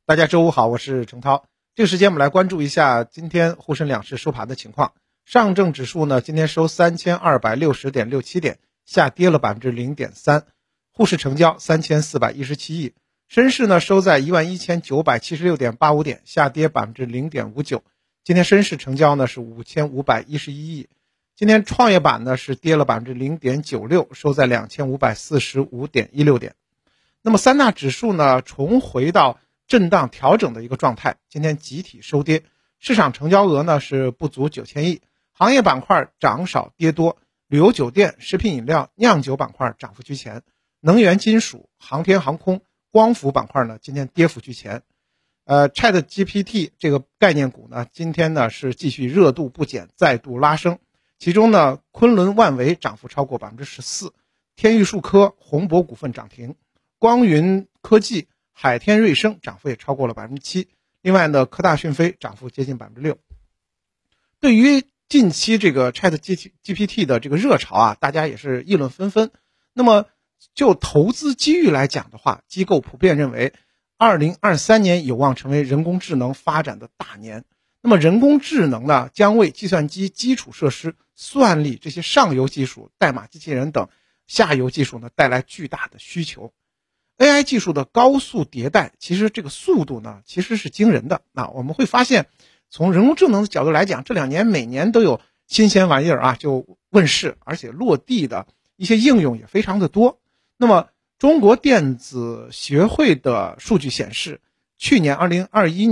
大家周五好，我是程涛。这个时间我们来关注一下今天沪深两市收盘的情况。上证指数呢，今天收3260.67点，下跌了 0.3%。沪市成交3417亿。深市呢收在11976.85点，下跌 0.59%。今天深市成交呢是5511亿。今天创业板呢是跌了 0.96%， 收在2545.16点。那么三大指数呢重回到震荡调整的一个状态，今天集体收跌，市场成交额呢是不足9000亿，行业板块涨少跌多，旅游酒店、食品饮料、酿酒板块涨幅居前，能源金属、航天航空、光伏板块呢今天跌幅居前。ChatGPT 这个概念股呢今天呢是继续热度不减，再度拉升，其中呢昆仑万维涨幅超过 14%， 天域数科、宏博股份涨停，光云科技、海天瑞声涨幅也超过了 7%， 另外呢科大讯飞涨幅接近 6%。 对于近期这个 ChatGPT 的这个热潮啊，大家也是议论纷纷。那么就投资机遇来讲的话，机构普遍认为2023年有望成为人工智能发展的大年。那么人工智能呢将为计算机基础设施、算力这些上游技术、代码机器人等下游技术呢带来巨大的需求。AI 技术的高速迭代，其实这个速度呢其实是惊人的。我们会发现从人工智能的角度来讲，这2年每年都有新鲜玩意儿啊就问世，而且落地的一些应用也非常的多。那么中国电子学会的数据显示，去年2021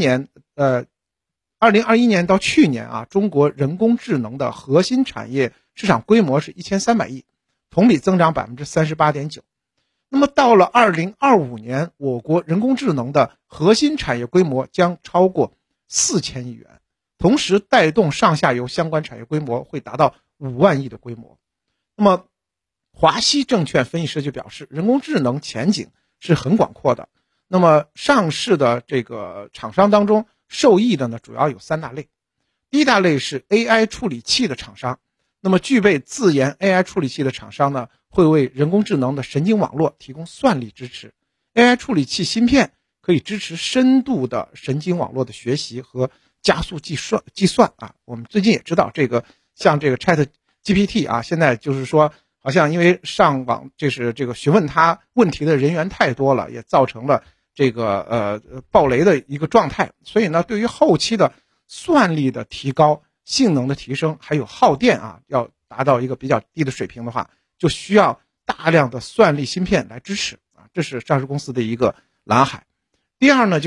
年到去年啊，中国人工智能的核心产业市场规模是1300亿，同比增长 38.9%。那么到了2025年，我国人工智能的核心产业规模将超过4000亿元，同时带动上下游相关产业规模会达到5万亿的规模。那么华西证券分析师就表示，人工智能前景是很广阔的。那么上市的这个厂商当中，受益的呢主要有3大类。第一大类是 AI 处理器的厂商，那么具备自研 AI 处理器的厂商呢，会为人工智能的神经网络提供算力支持。AI 处理器芯片可以支持深度的神经网络的学习和加速计算啊。我们最近也知道像这个 ChatGPT 啊，现在就是说好像因为上网这个询问他问题的人员太多了，也造成了这个爆雷的一个状态。所以呢，对于后期的算力的提高、性能的提升，还有耗电啊，要达到一个比较低的水平的话，就需要大量的算力芯片来支持啊，这是上市公司的一个蓝海。第二呢，就是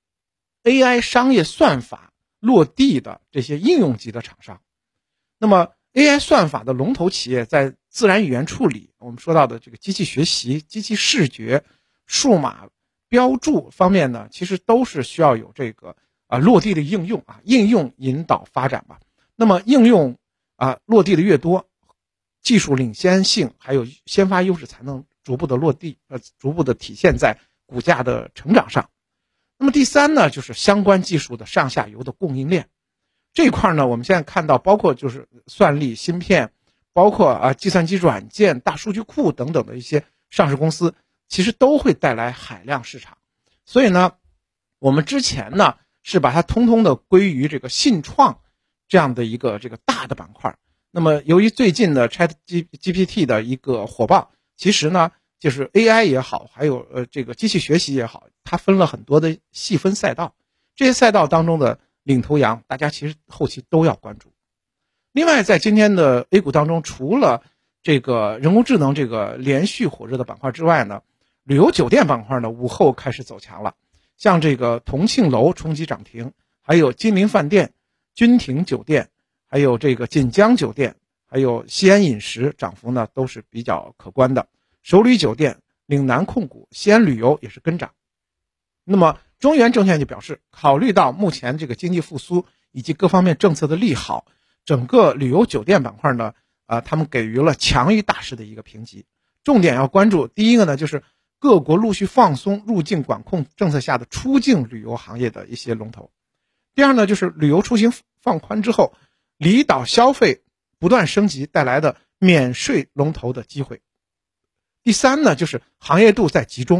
AI 商业算法落地的这些应用级的厂商。那么 AI 算法的龙头企业在自然语言处理，我们说到的这个机器学习、机器视觉、数码标注方面呢，其实都是需要有这个落地的应用啊，应用引导发展吧。那么应用落地的越多，技术领先性还有先发优势才能逐步的落地，逐步的体现在股价的成长上。那么第三呢，就是相关技术的上下游的供应链。这一块呢，我们现在看到包括就是算力芯片，包括计算机软件、大数据库等等的一些上市公司，其实都会带来海量市场。所以呢，我们之前呢是把它通通的归于这个信创这样的一个这个大的板块。那么由于最近的 ChatGPT 的一个火爆，其实呢就是 AI 也好，还有这个机器学习也好，它分了很多的细分赛道，这些赛道当中的领头羊，大家其实后期都要关注。另外在今天的 A 股当中，除了这个人工智能这个连续火热的板块之外呢，旅游酒店板块呢午后开始走强了，像这个同庆楼冲击涨停，还有金陵饭店、君庭酒店，还有这个锦江酒店，还有西安饮食涨幅呢都是比较可观的。首旅酒店、岭南控股、西安旅游也是跟涨。那么中原证券就表示，考虑到目前这个经济复苏以及各方面政策的利好，整个旅游酒店板块呢他们给予了强于大势的一个评级。重点要关注第一个呢，就是各国陆续放松入境管控政策下的出境旅游行业的一些龙头。第二呢，就是旅游出行放宽之后，离岛消费不断升级带来的免税龙头的机会。第三呢，就是行业度在集中，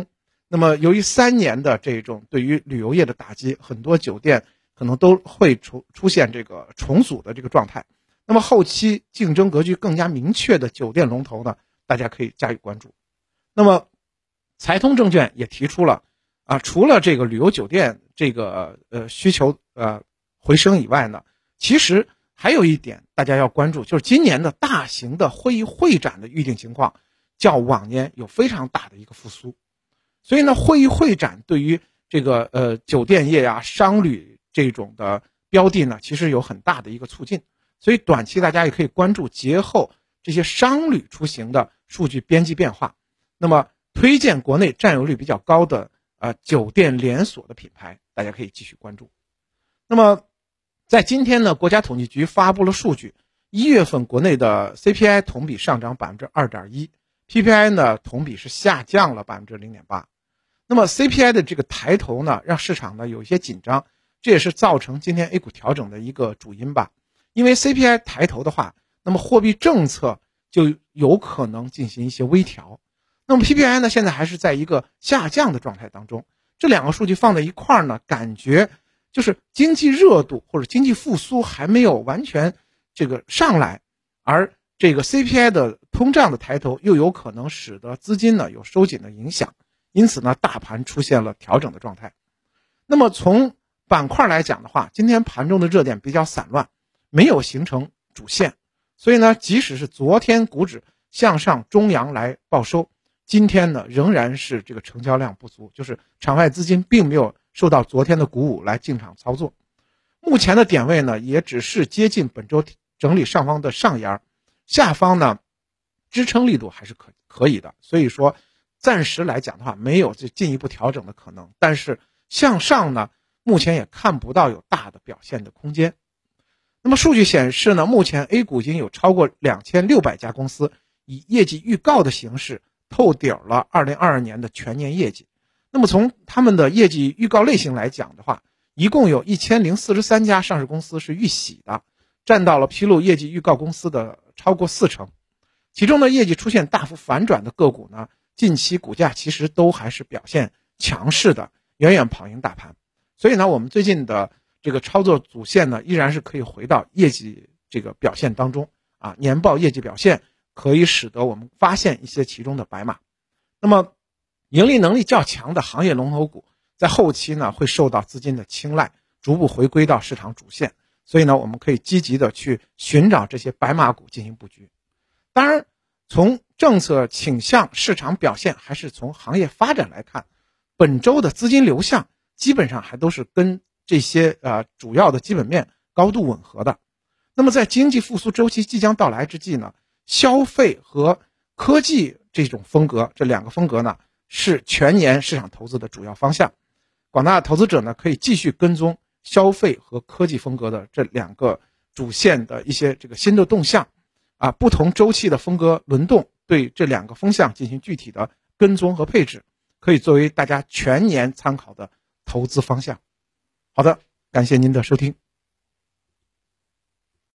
那么由于3年的这种对于旅游业的打击，很多酒店可能都会出现这个重组的这个状态。那么后期竞争格局更加明确的酒店龙头呢，大家可以加以关注。那么财通证券也提出了除了这个旅游酒店这个需求回升以外呢，其实还有一点大家要关注，就是今年的大型的会议会展的预订情况较往年有非常大的一个复苏。所以呢，会议会展对于这个酒店业商旅这种的标的呢，其实有很大的一个促进。所以短期大家也可以关注节后这些商旅出行的数据边际变化。那么推荐国内占有率比较高的酒店连锁的品牌，大家可以继续关注。那么在今天呢，国家统计局发布了数据，1月份国内的 CPI 同比上涨 2.1%， PPI 呢同比是下降了 0.8%。那么 CPI 的这个抬头呢，让市场呢有一些紧张，这也是造成今天 A 股调整的一个主因吧。因为 CPI 抬头的话，那么货币政策就有可能进行一些微调。那么 PPI 呢，现在还是在一个下降的状态当中。这两个数据放在一块儿呢，感觉就是经济热度或者经济复苏还没有完全这个上来，而这个 CPI 的通胀的抬头又有可能使得资金呢有收紧的影响。因此呢，大盘出现了调整的状态。那么从板块来讲的话，今天盘中的热点比较散乱，没有形成主线。所以呢，即使是昨天股指向上中阳来报收，今天呢仍然是这个成交量不足，就是场外资金并没有受到昨天的鼓舞来进场操作。目前的点位呢，也只是接近本周整理上方的上沿，下方呢支撑力度还是可以的。所以说暂时来讲的话，没有进一步调整的可能，但是向上呢，目前也看不到有大的表现的空间。那么数据显示呢，目前 A 股已经有超过2600家公司以业绩预告的形式透底了2022年的全年业绩。那么从他们的业绩预告类型来讲的话，一共有1043家上市公司是预喜的，占到了披露业绩预告公司的超过40%。其中的业绩出现大幅反转的个股呢，近期股价其实都还是表现强势的，远远跑赢大盘。所以呢，我们最近的这个操作主线呢，依然是可以回到业绩这个表现当中年报业绩表现可以使得我们发现一些其中的白马。那么盈利能力较强的行业龙头股在后期呢，会受到资金的青睐，逐步回归到市场主线。所以呢，我们可以积极的去寻找这些白马股进行布局。当然从政策倾向、市场表现还是从行业发展来看，本周的资金流向基本上还都是跟这些主要的基本面高度吻合的。那么在经济复苏周期即将到来之际呢，消费和科技这种风格，这两个风格呢是全年市场投资的主要方向。广大投资者呢可以继续跟踪消费和科技风格的这两个主线的一些这个新的动向不同周期的风格轮动，对这两个风向进行具体的跟踪和配置，可以作为大家全年参考的投资方向。好的，感谢您的收听。